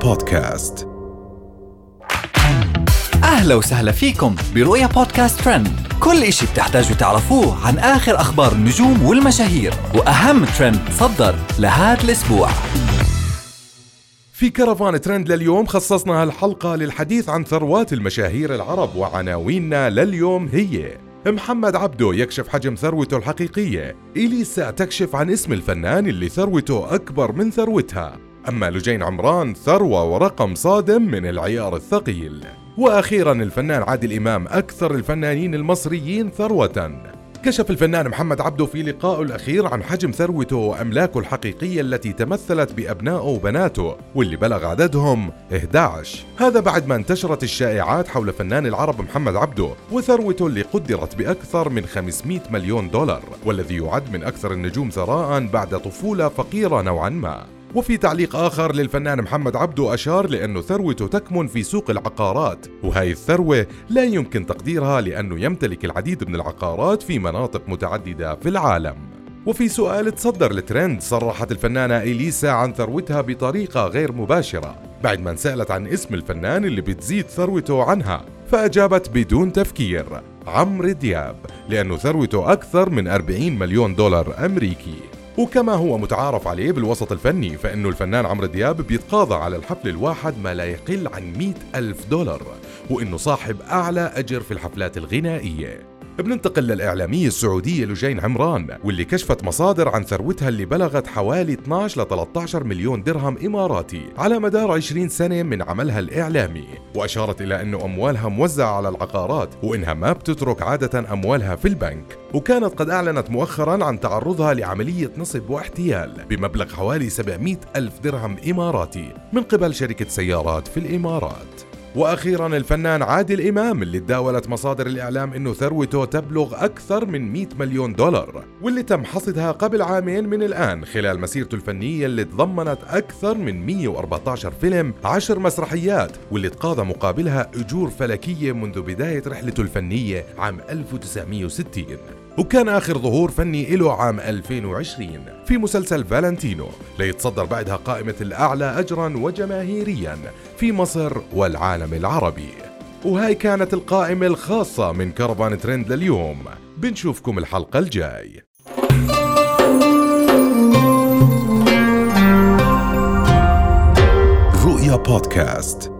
بودكاست. أهلا وسهلا فيكم برؤيا بودكاست ترند، كل إشي بتحتاجوا تعرفوه عن آخر أخبار النجوم والمشاهير وأهم ترند صدر لهذا الأسبوع. في كرفان ترند لليوم خصصنا هالحلقة للحديث عن ثروات المشاهير العرب، وعناويننا لليوم هي: محمد عبده يكشف حجم ثروته الحقيقية، إليسا تكشف عن اسم الفنان اللي ثروته أكبر من ثروتها، أما لجين عمران ثروة ورقم صادم من العيار الثقيل، وأخيراً الفنان عادل إمام أكثر الفنانين المصريين ثروة. كشف الفنان محمد عبده في لقائه الأخير عن حجم ثروته وأملاكه الحقيقية التي تمثلت بأبنائه وبناته واللي بلغ عددهم 11. هذا بعد ما انتشرت الشائعات حول فنان العرب محمد عبده وثروته اللي قدرت بأكثر من 500 مليون دولار، والذي يعد من أكثر النجوم ثراء بعد طفولة فقيرة نوعا ما. وفي تعليق آخر للفنان محمد عبده أشار لأنه ثروته تكمن في سوق العقارات، وهي الثروة لا يمكن تقديرها لأنه يمتلك العديد من العقارات في مناطق متعددة في العالم. وفي سؤال تصدر الترند صرحت الفنانة إليسا عن ثروتها بطريقة غير مباشرة بعد ما انسألت عن اسم الفنان اللي بتزيد ثروته عنها، فأجابت بدون تفكير: عمرو دياب، لأنه ثروته أكثر من 40 مليون دولار أمريكي. وكما هو متعارف عليه بالوسط الفني، فإنه الفنان عمرو دياب بيتقاضى على الحفل الواحد ما لا يقل عن 100,000 دولار، وإنه صاحب أعلى أجر في الحفلات الغنائية. بننتقل للإعلامية السعودية لجين عمران، واللي كشفت مصادر عن ثروتها اللي بلغت حوالي 12 ل 13 مليون درهم إماراتي على مدار 20 سنة من عملها الإعلامي، وأشارت إلى أنه أموالها موزعة على العقارات وإنها ما بتترك عادة أموالها في البنك. وكانت قد أعلنت مؤخرا عن تعرضها لعملية نصب واحتيال بمبلغ حوالي 700 ألف درهم إماراتي من قبل شركة سيارات في الإمارات. وأخيراً الفنان عادل إمام، اللي تداولت مصادر الإعلام إنه ثروته تبلغ أكثر من 100 مليون دولار، واللي تم حصدها قبل عامين من الآن خلال مسيرته الفنية اللي تضمنت أكثر من 114 فيلم، 10 مسرحيات، واللي تقاضى مقابلها أجور فلكية منذ بداية رحلته الفنية عام 1960. وكان آخر ظهور فني له عام 2020 في مسلسل فالنتينو، ليتصدر بعدها قائمة الأعلى أجراً وجماهيرياً في مصر والعالم العربي. وهاي كانت القائمة الخاصة من كرفان ترند لليوم، بنشوفكم الحلقة الجاي. رؤيا بودكاست.